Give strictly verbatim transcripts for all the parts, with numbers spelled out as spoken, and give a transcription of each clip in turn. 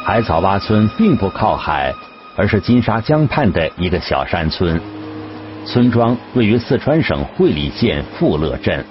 海草洼村并不靠海，而是金沙江畔的一个小山村。村庄位于四川省会理县富乐镇。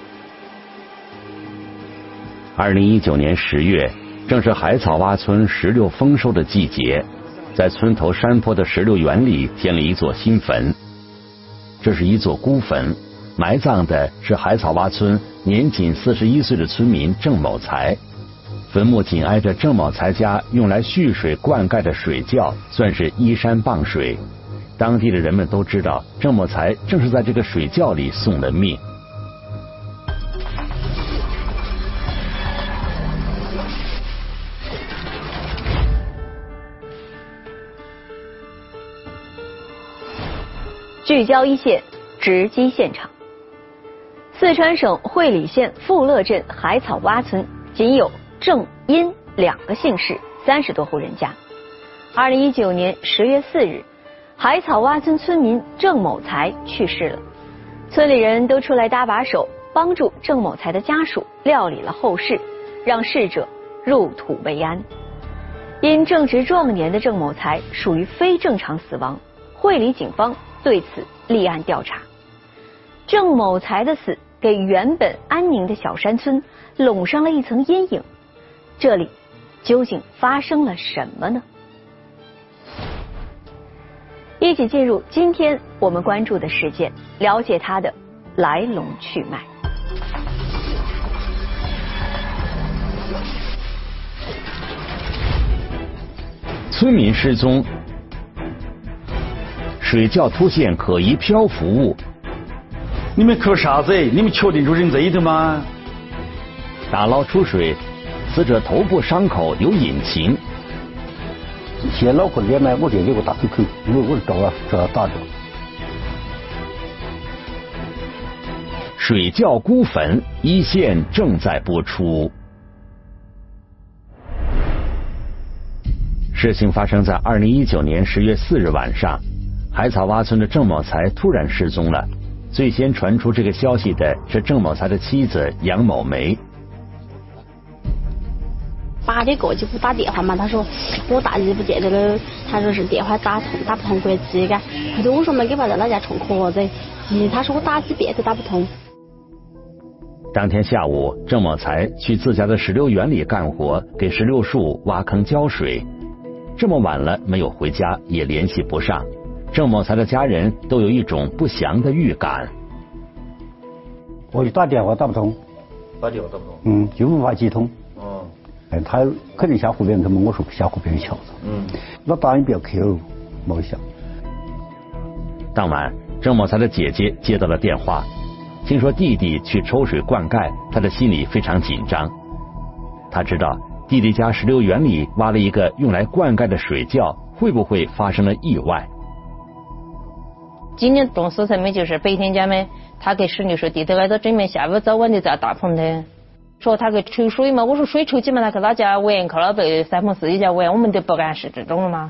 二零一九年十月，正是海草洼村石榴丰收的季节，在村头山坡的石榴园里添了一座新坟。这是一座孤坟，埋葬的是海草洼村年仅四十一岁的村民郑某才。坟墓紧挨着郑某才家用来蓄水灌溉的水窖，算是依山傍水。当地的人们都知道，郑某才正是在这个水窖里送了命。 聚焦一线，直击现场。四川省会理县富乐镇海草洼村仅有郑、殷两个姓氏，三十多户人家。二零一九年十月四日，海草洼村村民郑某才去世了，村里人都出来搭把手，帮助郑某才的家属料理了后事，让逝者入土为安。因正值壮年的郑某才属于非正常死亡，会理警方对此立案调查。郑某才的死给原本安宁的小山村笼上了一层阴影，这里究竟发生了什么呢？一起进入今天我们关注的事件，了解它的来龙去脉。 村民失踪，水窖出现可疑漂浮物。 你们搞啥子？你们确定住人在里头吗？ 打捞出水，死者头部伤口有隐情。 先脑壳里面我这里个大口口，因为我是找啊找他打的。 水窖孤坟一线正在播出。事情发生在二零一九年十月四日晚上，海草洼村的郑某才突然失踪了。最先传出这个消息的是郑某才的妻子杨某梅。 八点过就给我打电话嘛，他说我大儿子不见得了，他说是电话打通打不通国际的。后头我说没给爸在哪家充壳子，他说我打几遍都打不通。 当天下午，郑某才去自家的石榴园里干活，给石榴树挖坑浇水。这么晚了没有回家，也联系不上。郑某才的家人都有一种不祥的预感。 我一打电话打不通， 打电话打不通， 嗯，就无法接通。 哦， 哎，他肯定下湖边去嘛，我说下湖边瞧着。 嗯， 那当然不要去哦，没想。 当晚，郑某才的姐姐接到了电话，听说弟弟去抽水灌溉，他的心里非常紧张。他知道弟弟家石榴园里挖了一个用来灌溉的水窖，会不会发生了意外？ 今年种蔬菜没就是白天家们，他给石榴树地头挨着整面，下午早晚就在大棚的。说他给抽水嘛，我说水抽起嘛，他去他家玩，去了被三朋四友家玩，我们都不敢是这种了吗？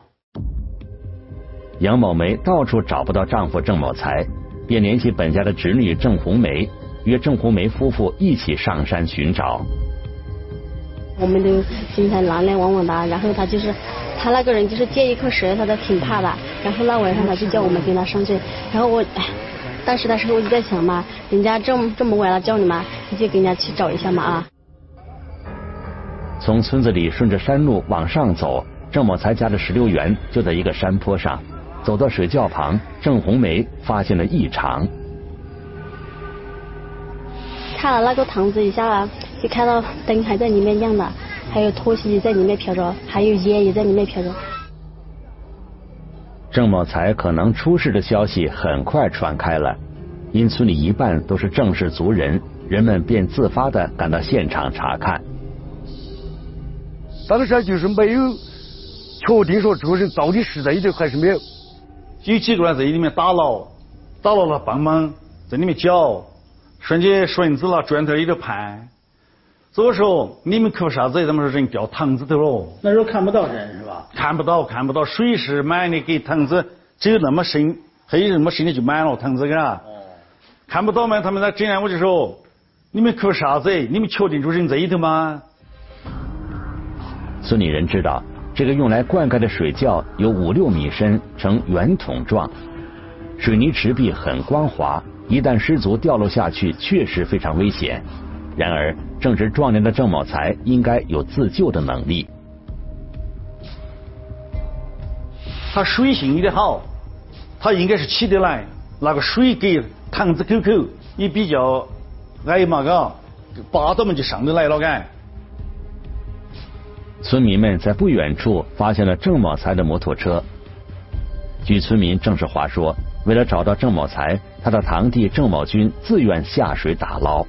杨某梅到处找不到丈夫郑某才，便联系本家的侄女郑红梅，约郑红梅夫妇一起上山寻找。 我们都经常来来往往的，然后他就是他那个人就是见一颗石他都挺怕的，然后那晚上他就叫我们跟他上去，然后我当时的时候我就在想嘛，人家这么这么晚了叫你们，你就跟人家去找一下嘛啊。 从村子里顺着山路往上走，郑某才家的石榴园就在一个山坡上。走到水窖旁，郑红梅发现了异常。 看了那个堂子一下，就看到灯还在里面亮的，还有拖鞋也在里面飘着，还有烟也在里面飘着。 郑某才可能出事的消息很快传开了，因村里一半都是郑氏族人，人们便自发的赶到现场查看。 当时就是没有确定说这个人到底是在里头还是没有。 有几个人在里面打捞，打捞了帮忙在里面搅，顺起绳子了砖头里头攀。这个时候你们可啥子？他们说人掉塘子头了。 那时候看不到人是吧？ 看不到，看不到，水是满的，给塘子只有那么深，还有那么深的就满了塘子个。哦。看不到嘛？他们在进来我就说，你们可啥子？你们确定住人在里头吗？ 村里人知道这个用来灌溉的水窖有五六米深，呈圆筒状，水泥池壁很光滑，一旦失足掉落下去，确实非常危险。然而，正值壮年的郑某才应该有自救的能力。 他水性有点好，他应该是起得来，那个水给堂子口口也比较矮嘛，嘎，拔到们就上得来了，嘎。 村民们在不远处发现了郑某才的摩托车。据村民郑世华说，为了找到郑某才，他的堂弟郑某军自愿下水打捞。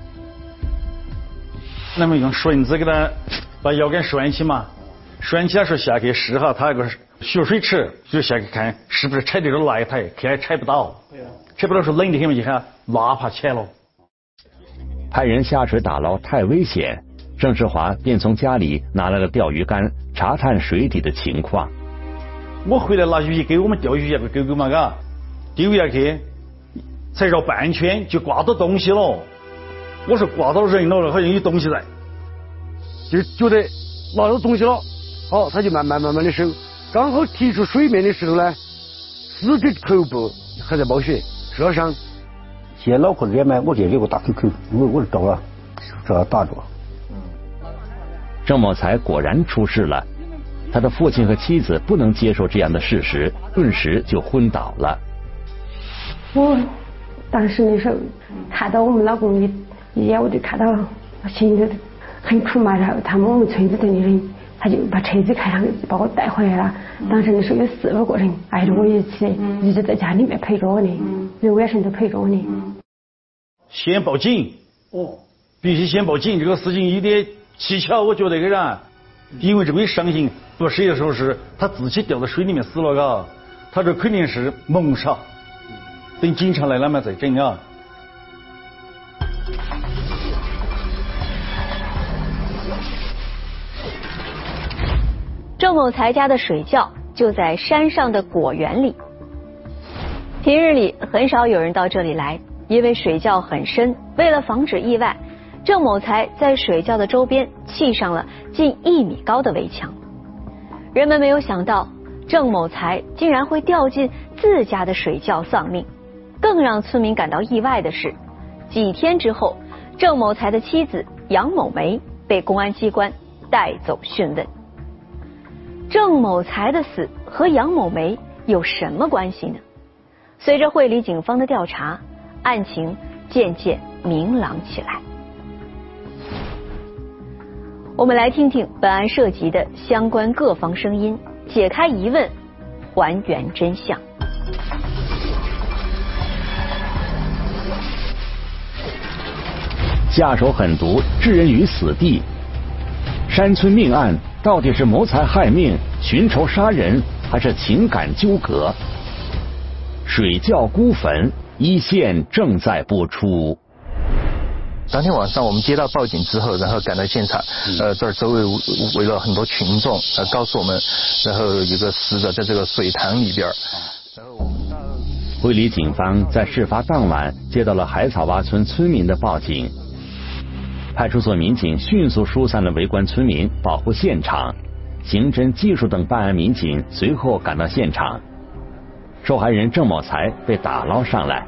那么用绳子给他把腰杆拴起嘛，拴起来时候下去试哈，他那个蓄水池就下去看是不是踩得着那一台，看来踩不到，踩不到时候冷得很嘛，就看拉爬起来了。 派人下水打捞太危险，郑世华便从家里拿来了钓鱼竿，查探水底的情况。 我回来拿鱼给我们钓鱼那个狗狗嘛，嘎，丢下去才绕半圈就挂到东西了。我说挂到人了，好像有东西在， 就觉得拿到东西了，好，他就慢慢慢慢的收，刚好提出水面的时候呢，死者头部还在冒血，受了伤。先脑壳连麦，我先给我打口口，我我找了，找他打着。 郑某才果然出事了，他的父亲和妻子不能接受这样的事实，顿时就昏倒了。 我当时那时候看到我们老公一一眼，我就看到心里很苦嘛。然后他们我们村子头的人，他就把车子开上，把我带回来了。当时那时候有四五个人挨着我一起，一直在家里面陪着我呢，人外甥都陪着我呢。 先报警，哦，必须先报警。这个事情有点蹊跷，我觉得个人，因为这位伤心不是有时候是他自己掉到水里面死了，嘎，他这肯定是谋杀。等警察来了嘛再整啊。 郑某才家的水窖就在山上的果园里，平日里很少有人到这里来，因为水窖很深。为了防止意外，郑某才在水窖的周边砌上了近一米高的围墙。人们没有想到，郑某才竟然会掉进自家的水窖丧命。更让村民感到意外的是，几天之后，郑某才的妻子杨某梅被公安机关带走讯问。郑某才的死和杨某梅有什么关系呢？随着会理警方的调查，案情渐渐明朗起来。我们来听听本案涉及的相关各方声音，解开疑问，还原真相。 下手狠毒，置人于死地。山村命案到底是谋财害命、寻仇杀人，还是情感纠葛？水窖孤坟，一线正在播出。 当天晚上我们接到报警之后，然后赶到现场，呃，这儿周围围了很多群众，呃，告诉我们，然后有个死者在这个水塘里边。然后我们到会理警方在事发当晚接到了海草洼村村民的报警。派出所民警迅速疏散了围观村民，保护现场。刑侦、技术等办案民警随后赶到现场。受害人郑某才被打捞上来，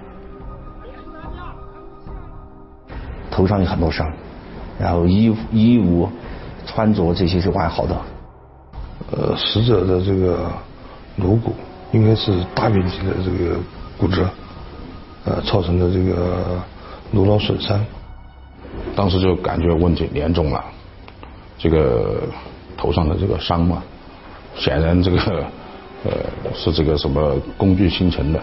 头上有很多伤，然后衣服、衣物、穿着这些是完好的。 呃，死者的这个颅骨应该是大面积的这个骨折，呃，造成的这个颅脑损伤。 当时就感觉问题严重了，这个头上的这个伤嘛，显然这个呃是这个什么工具形成的。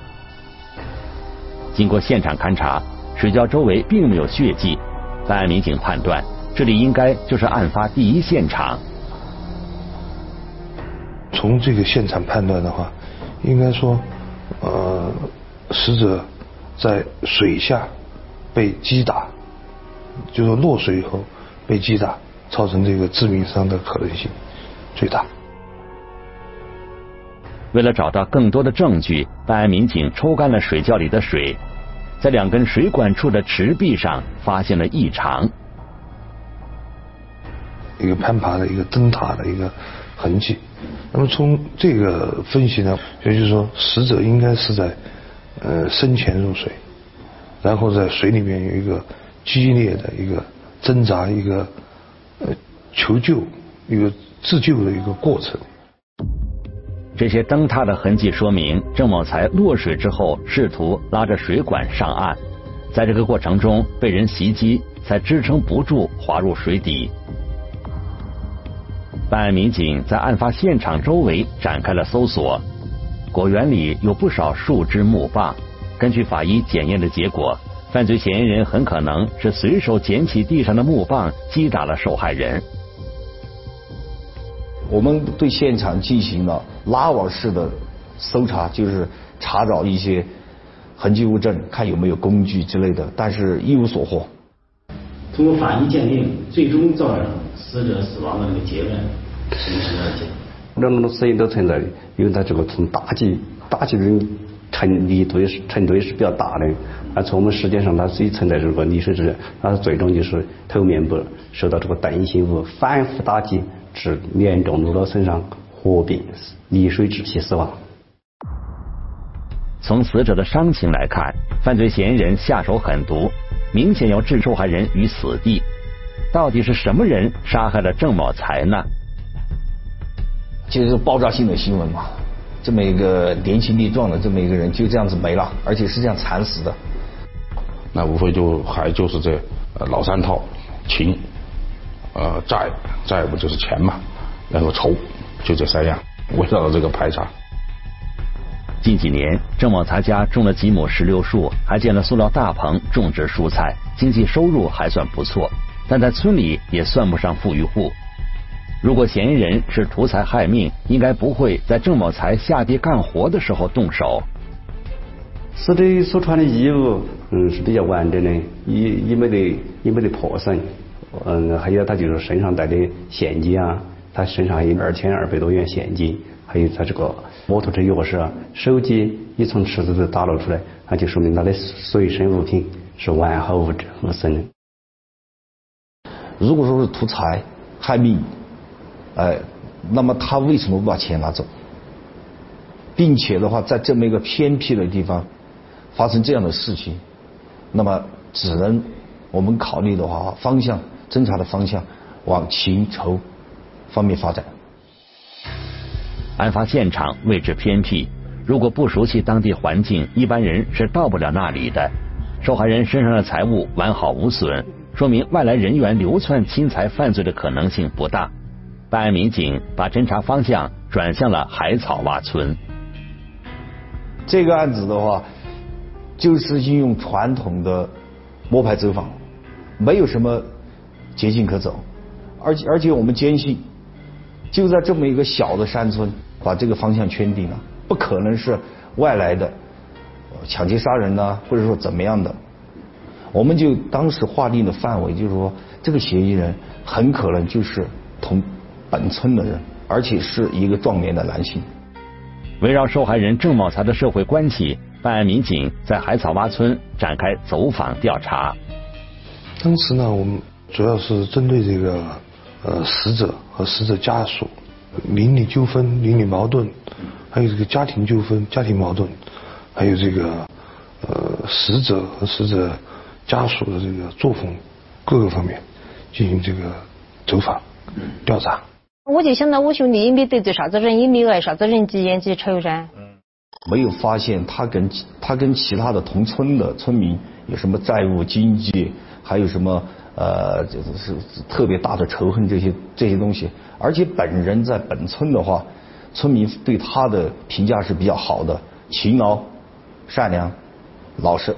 经过现场勘查，水窖周围并没有血迹，办案民警判断这里应该就是案发第一现场。 从这个现场判断的话，应该说，呃，死者在水下被击打。就说落水以后被击打，造成这个致命伤的可能性最大。 为了找到更多的证据，办案民警抽干了水窖里的水，在两根水管处的池壁上发现了异常。 一个攀爬的、一个灯塔的、一个痕迹。那么从这个分析呢，也就是说死者应该是在呃生前入水，然后在水里面有一个激烈的一个挣扎，一个呃求救，一个自救的一个过程。 这些蹬踏的痕迹说明郑某才落水之后试图拉着水管上岸，在这个过程中被人袭击，才支撑不住滑入水底。办案民警在案发现场周围展开了搜索，果园里有不少树枝木棒。根据法医检验的结果，犯罪嫌疑人很可能是随手捡起地上的木棒击打了受害人。 我们对现场进行了拉网式的搜查，就是查找一些痕迹物证，看有没有工具之类的，但是一无所获。 通过法医鉴定，最终造成死者死亡的这个结论是什么样的？ 两种死因都存在的，因为他这个从打击打击的程力度是程度也是比较大的，而从我们实践上它自己存在这个溺水之人，它最终就是头面部受到这个钝性物反复打击致严重颅脑损伤、合并溺水窒息死亡。 从死者的伤情来看，犯罪嫌疑人下手狠毒，明显要置受害人于死地。到底是什么人杀害了郑某才呢？ 就是爆炸性的新闻嘛，这么一个年轻力壮的这么一个人就这样子没了，而且是这样惨死的。 那无非就还就是这呃老三套情，呃债债不就是钱嘛，然后仇，就这三样，围绕着这个排查。 近几年，郑某才家种了几亩石榴树，还建了塑料大棚种植蔬菜，经济收入还算不错，但在村里也算不上富裕户。如果嫌疑人是图财害命，应该不会在郑某才下地干活的时候动手。 死者所穿的衣物，嗯，是比较完整的，也也没得也没得破损，嗯，还有他就是身上带的现金啊，他身上还有二千二百多元现金，还有他这个摩托车钥匙啊、手机也从池子里打捞出来，那就说明他的随身物品是完好无无损的。 如果说是图财害命，哎，那么他为什么不把钱拿走？并且的话，在这么一个偏僻的地方发生这样的事情，那么只能我们考虑的话，方向侦查的方向往情仇方面发展。 案发现场位置偏僻，如果不熟悉当地环境，一般人是到不了那里的。受害人身上的财物完好无损，说明外来人员流窜侵财犯罪的可能性不大。办案民警把侦查方向转向了海草洼村。 这个案子的话，就是运用传统的摸排走访，没有什么捷径可走，而且而且我们坚信，就在这么一个小的山村，把这个方向圈定了，不可能是外来的抢劫杀人呐、啊，或者说怎么样的。我们就当时划定的范围，就是说这个嫌疑人很可能就是同本村的人，而且是一个壮年的男性。 围绕受害人郑某才的社会关系，办案民警在海草洼村展开走访调查。 当时呢，我们主要是针对这个呃死者和死者家属邻里纠纷、邻里矛盾，还有这个家庭纠纷、家庭矛盾，还有这个呃死者和死者家属的这个作风各个方面进行这个走访调查。 我就想到我兄弟也没得罪啥子人，也没挨啥子人疾言疾仇噻。 没有发现他跟他跟其他的同村的村民有什么债务、经济，还有什么呃就是特别大的仇恨这些这些东西。而且本人在本村的话，村民对他的评价是比较好的，勤劳、善良、老实。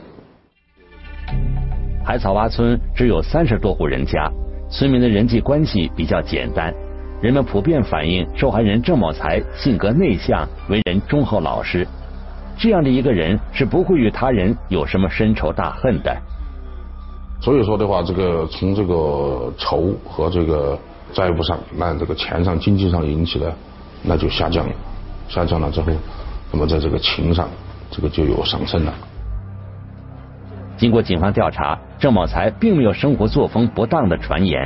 海草洼村只有三十多户人家，村民的人际关系比较简单。人们普遍反映，受害人郑某才性格内向，为人忠厚老实。这样的一个人是不会与他人有什么深仇大恨的。 所以说的话，这个从这个仇和这个债务上，那这个钱上、经济上引起的，那就下降了。下降了之后，那么在这个情上，这个就有上升了。经过警方调查，郑某才并没有生活作风不当的传言。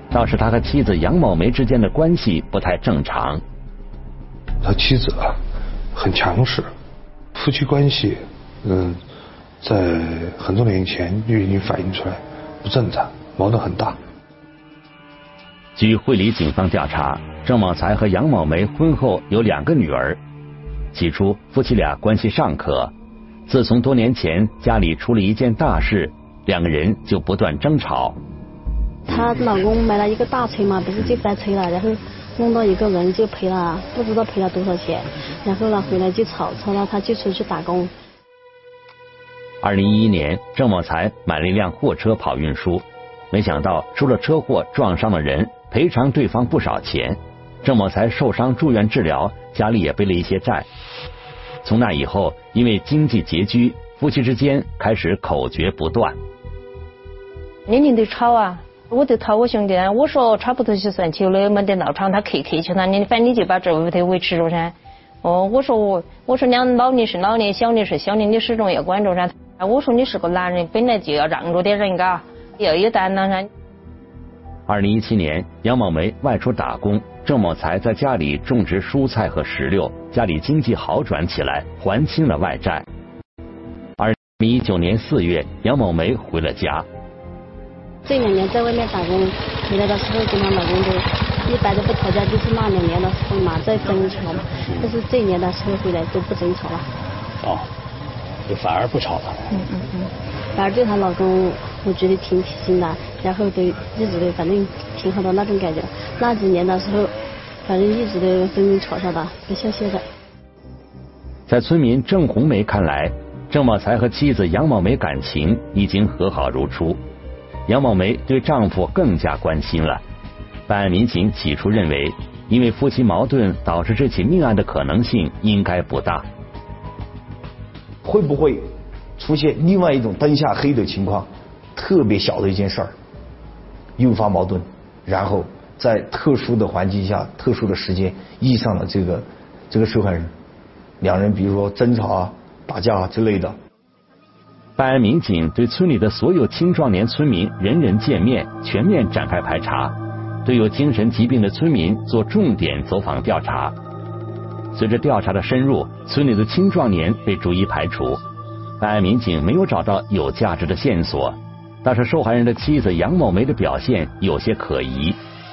倒是他和妻子杨某梅之间的关系不太正常。 他妻子啊很强势，夫妻关系嗯在很多年前就已经反映出来不正常，矛盾很大。 据会理警方调查，郑某才和杨某梅婚后有两个女儿，起初夫妻俩关系尚可，自从多年前家里出了一件大事，两个人就不断争吵。 她老公买了一个大车嘛，不是就翻车了，然后弄到一个人就赔了，不知道赔了多少钱，然后呢回来就吵，吵了他就出去打工。 二零一一年，郑某才买了一辆货车跑运输，没想到出了车祸撞伤了人，赔偿对方不少钱。郑某才受伤住院治疗，家里也背了一些债。从那以后，因为经济拮据，夫妻之间开始口角不断。 年年都吵啊！我就讨我兄弟，我说差不多就算求了，没得闹场，他客客气他，你反正你就把这屋头维持着噻。哦，我说我我说两老的是老的，小的是小的，你始终要管着噻。我说你是个男人，本来就要让着点人嘎，要有担当噻。 二零一七年，杨某梅外出打工，郑某才在家里种植蔬菜和石榴，家里经济好转起来，还清了外债。二零一九年四月，杨某梅回了家。 这两年在外面打工，回来的时候跟她老公都一般都不吵架，就是那两年的时候嘛在争吵嘛，但是这一年的时候回来都不争吵了。 哦，就反而不吵了。 嗯嗯嗯，反而对她老公，我觉得挺贴心的，然后都一直都反正挺好的那种感觉。那几年的时候，反正一直都争争吵吵的，不消息的。 在村民郑红梅看来，郑某才和妻子杨某梅感情已经和好如初。杨某梅对丈夫更加关心了。办案民警起初认为，因为夫妻矛盾导致这起命案的可能性应该不大。 会不会出现另外一种灯下黑的情况？特别小的一件事儿，诱发矛盾，然后在特殊的环境下、特殊的时间遇上了这个这个受害人，两人比如说争吵啊、打架啊之类的。 办案民警对村里的所有青壮年村民人人见面，全面展开排查，对有精神疾病的村民做重点走访调查。随着调查的深入，村里的青壮年被逐一排除。办案民警没有找到有价值的线索，但是受害人的妻子杨某梅的表现有些可疑。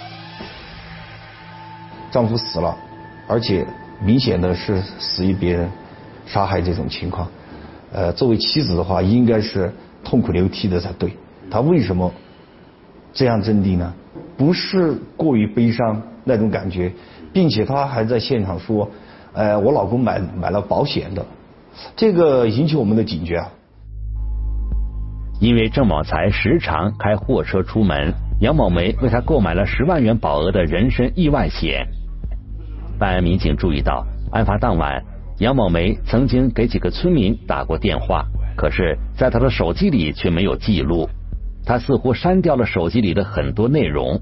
丈夫死了，而且明显的是死于别人杀害这种情况。呃，作为妻子的话，应该是痛哭流涕的才对。她为什么这样镇定呢？不是过于悲伤那种感觉，并且她还在现场说：“呃，我老公买买了保险的。”这个引起我们的警觉啊。 因为郑某才时常开货车出门，杨某梅为他购买了十万元保额的人身意外险。办案民警注意到，案发当晚，杨某梅曾经给几个村民打过电话，可是在她的手机里却没有记录，她似乎删掉了手机里的很多内容。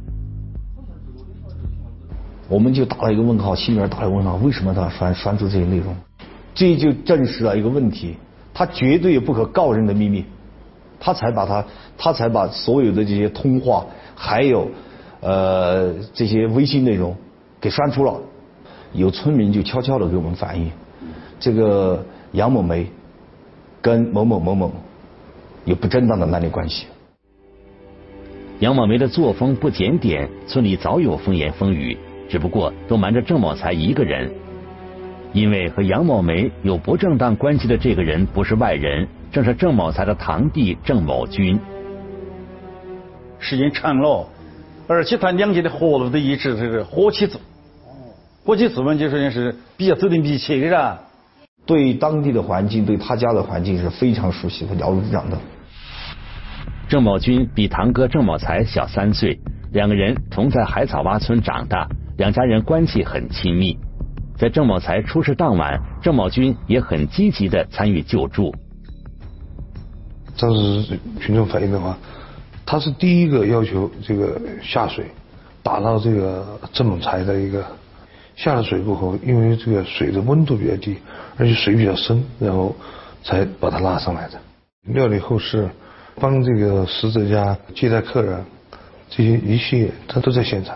我们就打了一个问号，心里面打了一个问号，为什么他删删除这些内容？这就证实了一个问题，他绝对不可告人的秘密，他才把他他才把所有的这些通话还有呃这些微信内容给删除了。有村民就悄悄的给我们反映，这个杨某梅跟某某某某有不正当的男女关系。 杨某梅的作风不检点，村里早有风言风语，只不过都瞒着郑某才一个人。因为和杨某梅有不正当关系的这个人不是外人，正是郑某才的堂弟郑某军。 时间长了，而且他两家的活路都一直是伙妻制，伙妻制嘛，就说是比较走得密切的啦。 对当地的环境，对他家的环境是非常熟悉的，了如指掌的。 郑某军比堂哥郑某才小三岁，两个人同在海草洼村长大，两家人关系很亲密。在郑某才出事当晚，郑某军也很积极的参与救助。 当时群众反映的话，他是第一个要求这个下水打到这个郑某才的一个下了水过后，因为这个水的温度比较低，而且水比较深，然后才把他拉上来的。料理后事，帮这个死者家接待客人， 这些一系列他都在现场。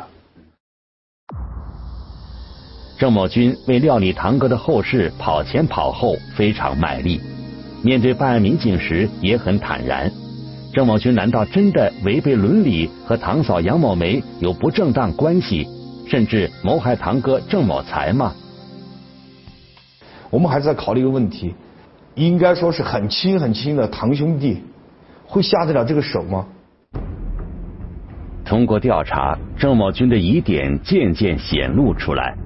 郑某军为料理堂哥的后事跑前跑后，非常卖力。面对办案民警时也很坦然。郑某军难道真的违背伦理，和堂嫂杨某梅有不正当关系，甚至谋害堂哥郑某才吗？ 我们还是在考虑一个问题，应该说是很亲很亲的堂兄弟，会下得了这个手吗？ 通过调查，郑某军的疑点渐渐显露出来。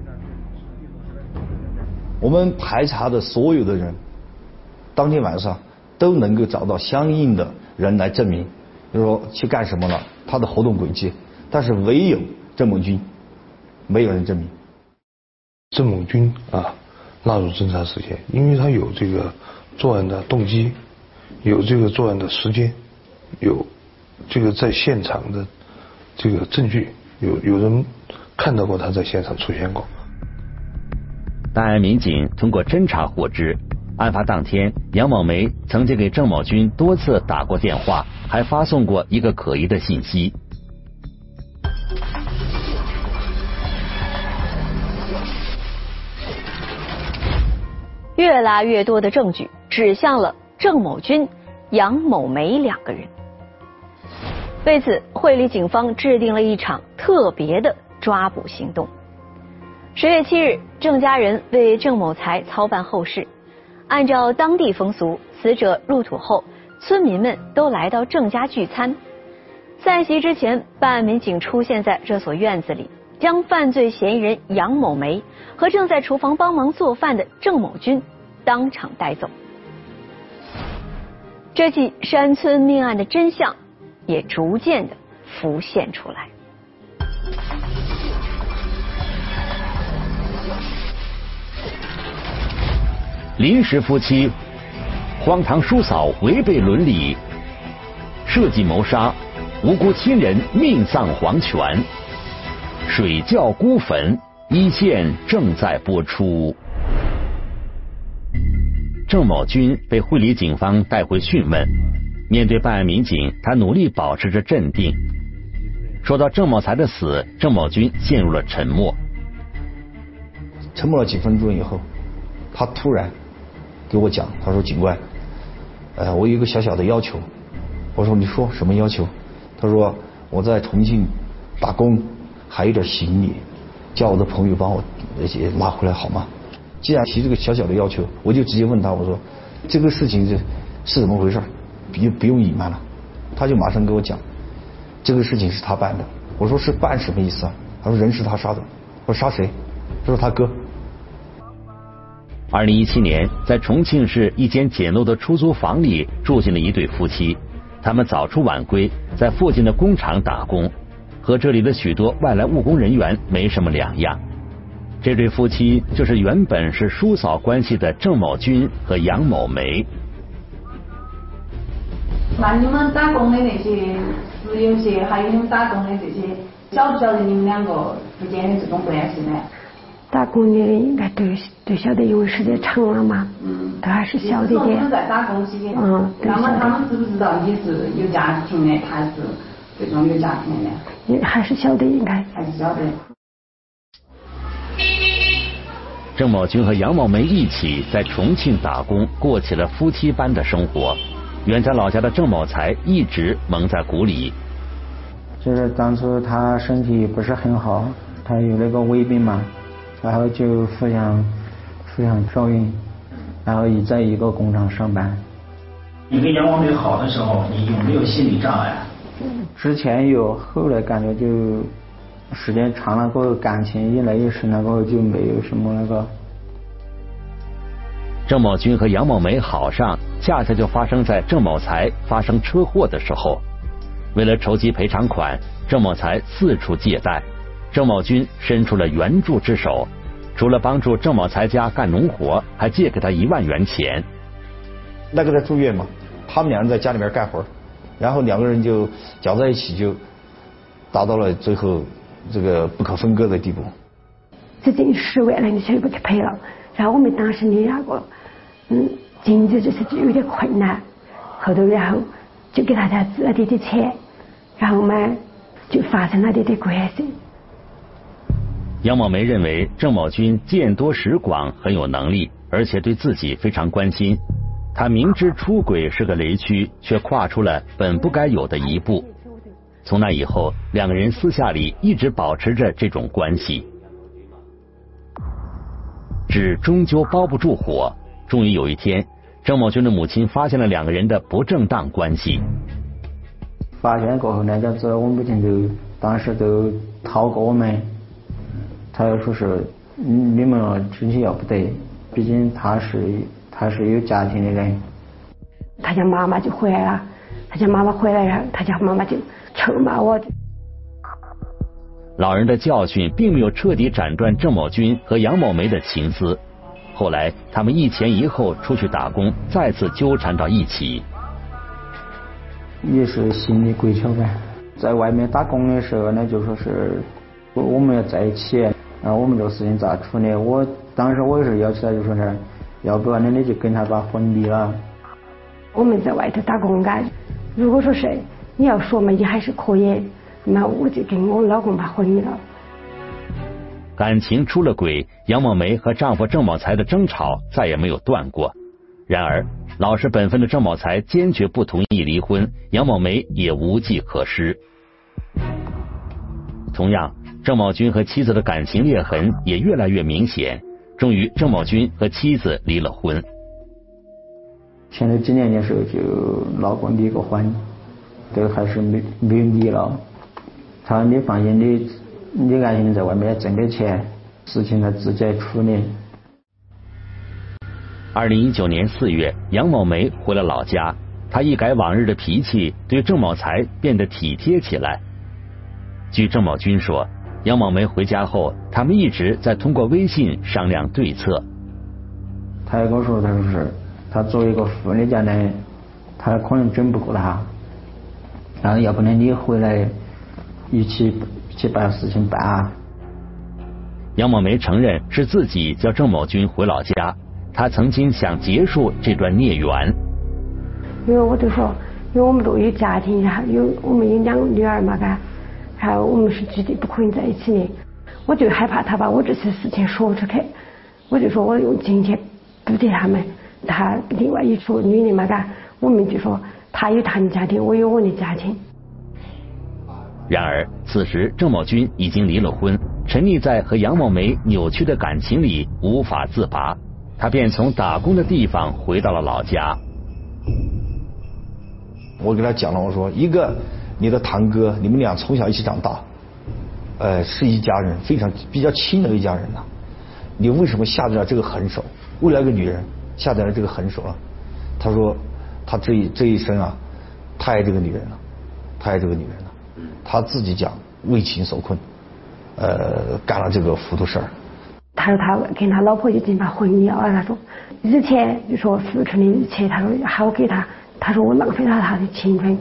我们排查的所有的人，当天晚上都能够找到相应的人来证明，就是说去干什么了，他的活动轨迹，但是唯有郑某军，没有人证明。 郑某军啊，纳入侦查视线，因为他有这个作案的动机，有这个作案的时间，有这个在现场的这个证据，有有人看到过他在现场出现过。 办案民警通过侦查获知，案发当天，杨某梅曾经给郑某军多次打过电话，还发送过一个可疑的信息。 越来越多的证据指向了郑某军、杨某梅两个人。为此，会理警方制定了一场特别的抓捕行动。十月七日，郑家人为郑某才操办后事。按照当地风俗，死者入土后，村民们都来到郑家聚餐。散席之前，办案民警出现在这所院子里，将犯罪嫌疑人杨某梅和正在厨房帮忙做饭的郑某军当场带走。这起山村命案的真相也逐渐的浮现出来。 临时夫妻荒唐叔嫂违背伦理，设计谋杀，无辜亲人命丧黄泉，水窖孤坟一线正在播出。郑某军被会理警方带回讯问，面对办案民警，他努力保持着镇定。说到郑某才的死，郑某军陷入了沉默。 沉默了几分钟以后，他突然给我讲，他说：“警官，呃，我有一个小小的要求。”我说：“你说什么要求？”他说：“我在重庆打工，还有点行李，叫我的朋友帮我那些拉回来好吗？”既然提这个小小的要求，我就直接问他，我说：“这个事情是是怎么回事？不不用隐瞒了。”他就马上给我讲，这个事情是他办的。我说：“是办什么意思啊？”他说：“人是他杀的。”我说：“杀谁？”他说：“他哥。” 二零一七年，在重庆市一间简陋的出租房里住进了一对夫妻，他们早出晚归，在附近的工厂打工，和这里的许多外来务工人员没什么两样。这对夫妻就是原本是叔嫂关系的郑某军和杨某梅。 那你们打工的那些石油些，还有你们打工的这些，晓不晓得你们两个之间的这种关系呢？ 打工的应该都都晓得，因为时间长了嘛，嗯，都还是晓得的。 你们在打工期间，嗯，那么他们知不知道你是有家庭的，还是这种有家庭的？ 也还是晓得，应该还是晓得。 郑某军和杨某梅一起在重庆打工，过起了夫妻般的生活。远在老家的郑某才一直蒙在鼓里。 就是当初他身体不是很好，他有那个胃病嘛，然后就抚养抚养受孕，然后也在一个工厂上班。 你跟杨某梅好的时候，你有没有心理障碍？ 之前有，后来感觉就时间长了过后，感情越来越深了过后，就没有什么那个。 郑某军和杨某梅好上，恰恰就发生在郑某才发生车祸的时候。为了筹集赔偿款，郑某才四处借贷，郑某军伸出了援助之手，除了帮助郑某才家干农活，还借给他一万元钱。 那个在住院嘛，他们两人在家里面干活，然后两个人就搅在一起，就达到了最后这个不可分割的地步。 这近十万了，你全部给赔了。然后我们当时的那个，嗯，经济就是就有点困难，后头然后就给大家支了点点钱，然后买就发生了这点关系。 杨某梅认为郑某军见多识广，很有能力，而且对自己非常关心。他明知出轨是个雷区，却跨出了本不该有的一步。从那以后，两个人私下里一直保持着这种关系。纸终究包不住火，终于有一天，郑某军的母亲发现了两个人的不正当关系。 发现过后呢，这样子我母亲就当时就讨过我们，他又说是你们之前要不得，毕竟他是他是有家庭的人。 他家妈妈就回来了，他家妈妈回来了，他家妈妈就臭骂我。 老人的教训并没有彻底斩断郑某军和杨某梅的情丝，后来他们一前一后出去打工，再次纠缠到一起。 也是心里鬼敲呗，在外面打工的时候呢，就说是我们要在一起，然后我们这个事情咋处理？我当时我也是要求他，就说是要不然你就跟他把婚离了。 我们在外头打工干，如果说是你要说嘛，也还是可以，那我就跟我老公把婚离了。 感情出了轨，杨某梅和丈夫郑某才的争吵再也没有断过。然而老实本分的郑某才坚决不同意离婚，杨某梅也无计可施。同样，郑某军和妻子的感情裂痕也越来越明显，终于郑某军和妻子离了婚。 前头几年的时候就老公离过婚，都还是没没有离了。他说你放心，你你安心在外面挣点钱，事情他自己来处理。 二零一九年四月，杨某梅回了老家，她一改往日的脾气，对郑某才变得体贴起来。据郑某军说，杨某梅回家后，他们一直在通过微信商量对策。 他也跟我说，他说是他作为一个妇女家呢，他可能整不过他，然后要不然你回来一起一起把事情办啊。 杨某梅承认是自己叫郑某军回老家，他曾经想结束这段孽缘。 因为我就说，因为我们都有家庭，然后有我们有两个女儿嘛，嘎，还有我们是绝对不可能在一起的。我就害怕他把我这些事情说出去，我就说我用金钱补贴他们。他另外一处女的嘛，嘎，我们就说他有他的家庭，我有我的家庭。 然而此时郑某军已经离了婚，沉溺在和杨某梅扭曲的感情里无法自拔，他便从打工的地方回到了老家。 我给他讲了，我说一个你的堂哥，你们俩从小一起长大，呃，是一家人，非常比较亲的一家人呐、啊。你为什么下得了这个狠手？为了一个女人下得了这个狠手了？他说他这一这一生啊，太爱这个女人了，太爱这个女人了。他自己讲为情所困，呃，干了这个糊涂事儿。 他说他跟他老婆已经把婚离了，他说以前就说付出的一切，他说好给他，他说我浪费了他的青春。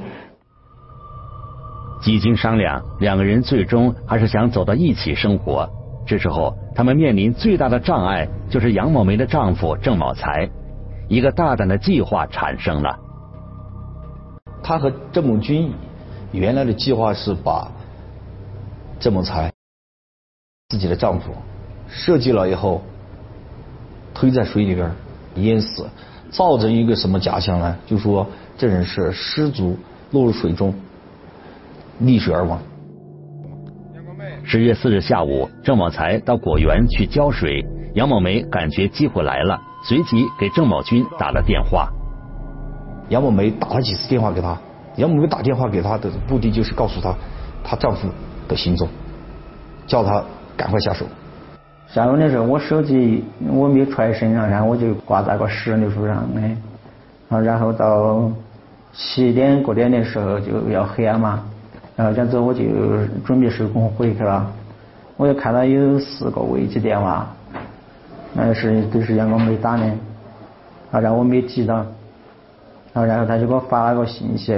几经商量，两个人最终还是想走到一起生活。这时候他们面临最大的障碍就是杨某梅的丈夫郑某才。一个大胆的计划产生了。 他和郑某军原来的计划是把郑某才自己的丈夫设计了以后推在水里边淹死，造成一个什么假象呢？就说这人是失足落入水中溺水而亡。 十月四日下午，郑某才到果园去浇水，杨某梅感觉机会来了，随即给郑某军打了电话。 杨某梅打了几次电话给他，杨某梅打电话给他的目的就是告诉他她丈夫的行踪，叫他赶快下手。 下午的时候我手机我没有揣身上，然后我就挂在个石榴树上的，然后到七点过点的时候就要黑了嘛，然后这样子我就准备收工回去了，我就看到有四个未接电话，那是都是杨某梅打的，啊，然后我没接到，啊，然后他就给我发了个信息。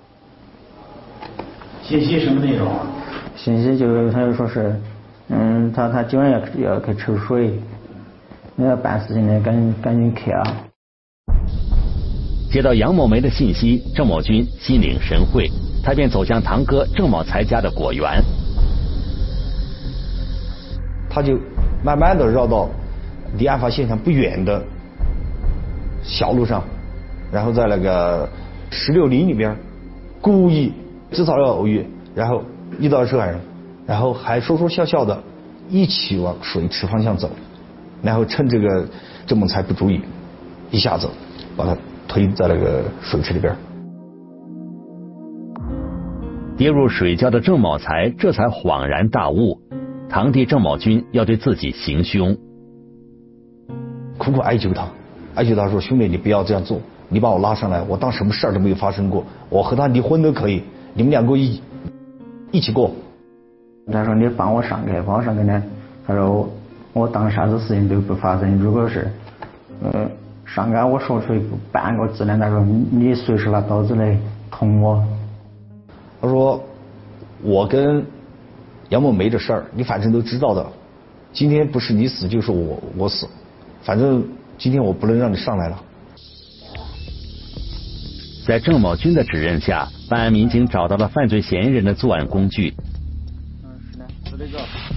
信息什么内容啊？ 信息就他就说是，嗯，他他今晚要要去抽水，你要办事情的赶紧赶紧去啊。 接到杨某梅的信息，郑某军心领神会，他便走向堂哥郑某才家的果园。 他就慢慢的绕到离案发现场不远的小路上，然后在那个石榴林里边故意制造了偶遇，然后遇到涉案人，然后还说说笑笑的一起往水池方向走，然后趁这个郑某才不注意，一下子把他推在那个水池里边。 跌入水窖的郑某才这才恍然大悟，堂弟郑某军要对自己行凶， 苦苦哀求他，哀求他说：“兄弟，你不要这样做，你把我拉上来，我当什么事儿都没有发生过，我和他离婚都可以，你们两个一一起过。” 他说：“你帮我上去，帮我上去呢。”他说我：“我当啥子事情都不发生，如果是呃上岸我说出半个字呢，他说你随时拿刀子来捅我。” 他说：“我跟杨某梅的事儿，你反正都知道的。今天不是你死就是我我死，反正今天我不能让你上来了。” 在郑某军的指认下，办案民警找到了犯罪嫌疑人的作案工具。 是这个，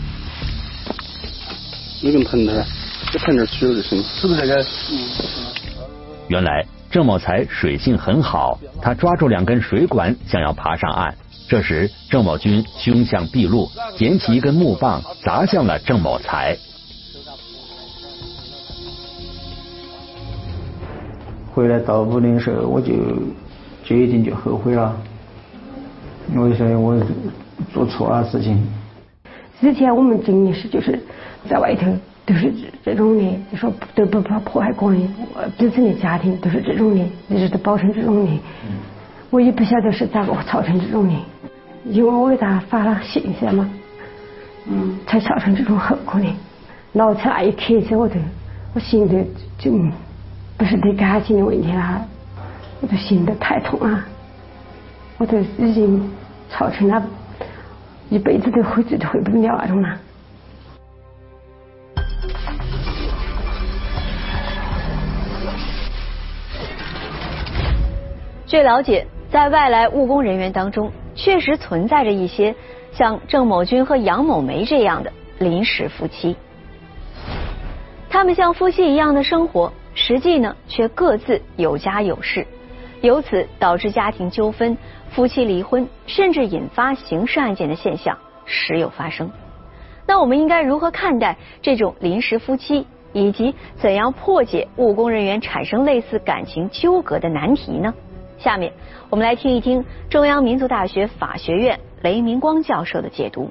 那根盆子，这盆子取了就行，是不是这个？嗯。 原来郑某才水性很好，他抓住两根水管想要爬上岸。这时郑某军凶相毕露，捡起一根木棒砸向了郑某才。 回来到屋里的时候，我就决定就后悔了，我就说我做错了事情。 之前我们真的是就是在外头都是这种的，就说都不怕迫害个人，自身的家庭都是这种的，一直都保成这种的。我也不晓得是咋个造成这种的，因为我给他发了信息嘛，嗯，才造成这种后果的。闹起那一刻起，我都我心里就不是对感情的问题了，我都心都太痛了，我都已经造成了一辈子都回都回不了那种了。 据了解，在外来务工人员当中，确实存在着一些像郑某军和杨某梅这样的临时夫妻。他们像夫妻一样的生活，实际呢却各自有家有室，由此导致家庭纠纷、夫妻离婚，甚至引发刑事案件的现象时有发生。那我们应该如何看待这种临时夫妻，以及怎样破解务工人员产生类似感情纠葛的难题呢？下面我们来听一听中央民族大学法学院雷明光教授的解读。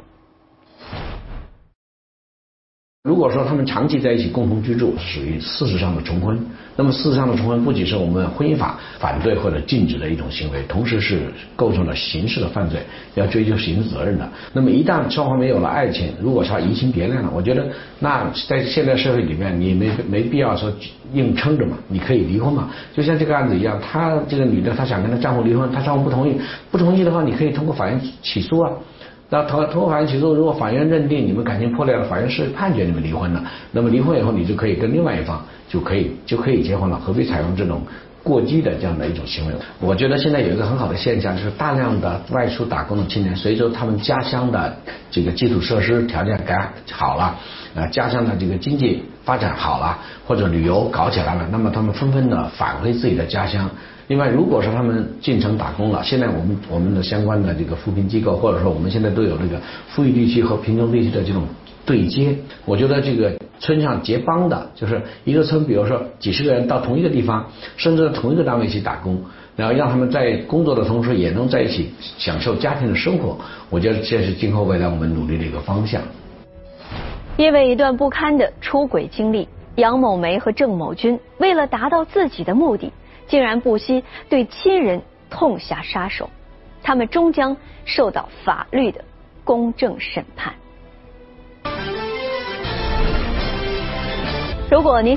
如果说他们长期在一起共同居住，属于事实上的重婚。那么事实上的重婚不仅是我们婚姻法反对或者禁止的一种行为，同时是构成了刑事的犯罪，要追究刑事责任的。那么一旦双方没有了爱情，如果他移情别恋了，我觉得那在现代社会里面，你没没必要说硬撑着嘛，你可以离婚嘛。就像这个案子一样，她这个女的她想跟她丈夫离婚，她丈夫不同意，不同意的话，你可以通过法院起诉啊。那通通过法院起诉，如果法院认定你们感情破裂了，法院是判决你们离婚了，那么离婚以后你就可以跟另外一方就可以就可以结婚了，何必采用这种过激的这样的一种行为？我觉得现在有一个很好的现象，就是大量的外出打工的青年，随着他们家乡的这个基础设施条件改好了，呃，家乡的这个经济发展好了，或者旅游搞起来了，那么他们纷纷的返回自己的家乡。另外，如果说他们进城打工了，现在我们我们的相关的这个扶贫机构，或者说我们现在都有这个富裕地区和贫穷地区的这种对接。我觉得这个村上结帮的，就是一个村，比如说几十个人到同一个地方，甚至同一个单位一起打工，然后让他们在工作的同时也能在一起享受家庭的生活。我觉得这是今后未来我们努力的一个方向。 因为一段不堪的出轨经历，杨某梅和郑某军为了达到自己的目的，竟然不惜对亲人痛下杀手，他们终将受到法律的公正审判。如果您